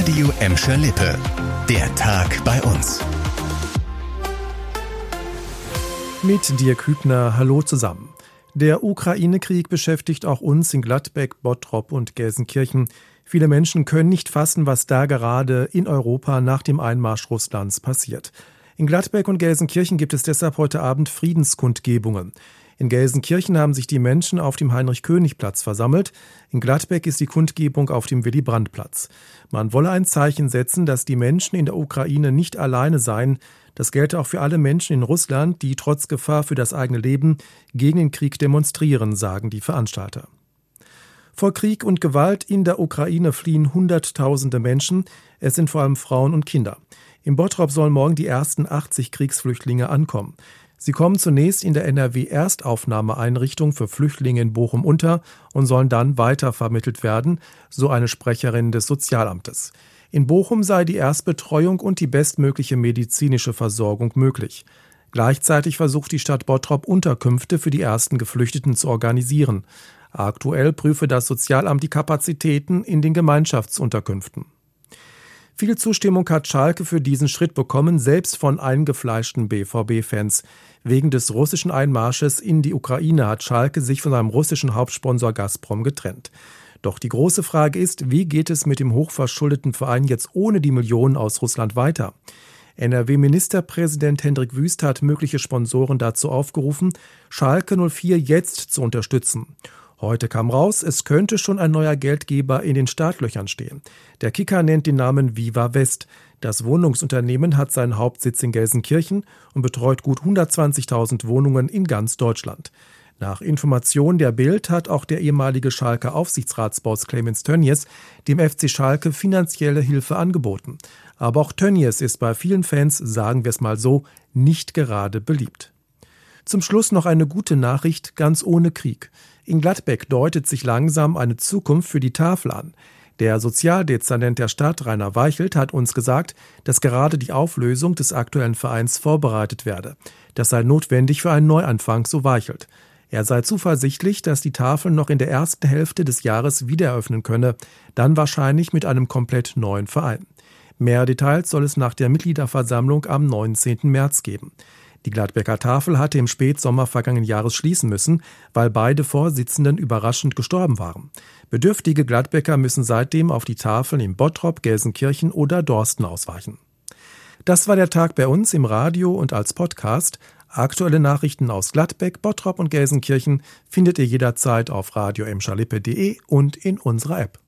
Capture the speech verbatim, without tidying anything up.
Radio Emscher Lippe. Der Tag bei uns. Mit Dirk Hübner, hallo zusammen. Der Ukraine-Krieg beschäftigt auch uns in Gladbeck, Bottrop und Gelsenkirchen. Viele Menschen können nicht fassen, was da gerade in Europa nach dem Einmarsch Russlands passiert. In Gladbeck und Gelsenkirchen gibt es deshalb heute Abend Friedenskundgebungen. In Gelsenkirchen haben sich die Menschen auf dem Heinrich-König-Platz versammelt. In Gladbeck ist die Kundgebung auf dem Willy-Brandt-Platz. Man wolle ein Zeichen setzen, dass die Menschen in der Ukraine nicht alleine seien. Das gelte auch für alle Menschen in Russland, die trotz Gefahr für das eigene Leben gegen den Krieg demonstrieren, sagen die Veranstalter. Vor Krieg und Gewalt in der Ukraine fliehen Hunderttausende Menschen. Es sind vor allem Frauen und Kinder. In Bottrop sollen morgen die ersten achtzig Kriegsflüchtlinge ankommen. Sie kommen zunächst in der N R W-Erstaufnahmeeinrichtung für Flüchtlinge in Bochum unter und sollen dann weitervermittelt werden, so eine Sprecherin des Sozialamtes. In Bochum sei die Erstbetreuung und die bestmögliche medizinische Versorgung möglich. Gleichzeitig versucht die Stadt Bottrop, Unterkünfte für die ersten Geflüchteten zu organisieren. Aktuell prüfe das Sozialamt die Kapazitäten in den Gemeinschaftsunterkünften. Viel Zustimmung hat Schalke für diesen Schritt bekommen, selbst von eingefleischten B V B-Fans. Wegen des russischen Einmarsches in die Ukraine hat Schalke sich von seinem russischen Hauptsponsor Gazprom getrennt. Doch die große Frage ist, wie geht es mit dem hochverschuldeten Verein jetzt ohne die Millionen aus Russland weiter? N R W-Ministerpräsident Hendrik Wüst hat mögliche Sponsoren dazu aufgerufen, Schalke null vier jetzt zu unterstützen. Heute kam raus, es könnte schon ein neuer Geldgeber in den Startlöchern stehen. Der Kicker nennt den Namen Viva West. Das Wohnungsunternehmen hat seinen Hauptsitz in Gelsenkirchen und betreut gut hundertzwanzigtausend Wohnungen in ganz Deutschland. Nach Informationen der Bild hat auch der ehemalige Schalker Aufsichtsratsboss Clemens Tönnies dem F C Schalke finanzielle Hilfe angeboten. Aber auch Tönnies ist bei vielen Fans, sagen wir es mal so, nicht gerade beliebt. Zum Schluss noch eine gute Nachricht, ganz ohne Krieg. In Gladbeck deutet sich langsam eine Zukunft für die Tafel an. Der Sozialdezernent der Stadt, Rainer Weichelt, hat uns gesagt, dass gerade die Auflösung des aktuellen Vereins vorbereitet werde. Das sei notwendig für einen Neuanfang, so Weichelt. Er sei zuversichtlich, dass die Tafel noch in der ersten Hälfte des Jahres wieder eröffnen könne, dann wahrscheinlich mit einem komplett neuen Verein. Mehr Details soll es nach der Mitgliederversammlung am neunzehnten März geben. Die Gladbecker Tafel hatte im Spätsommer vergangenen Jahres schließen müssen, weil beide Vorsitzenden überraschend gestorben waren. Bedürftige Gladbecker müssen seitdem auf die Tafeln in Bottrop, Gelsenkirchen oder Dorsten ausweichen. Das war der Tag bei uns im Radio und als Podcast. Aktuelle Nachrichten aus Gladbeck, Bottrop und Gelsenkirchen findet ihr jederzeit auf radio emscher lippe punkt de und in unserer App.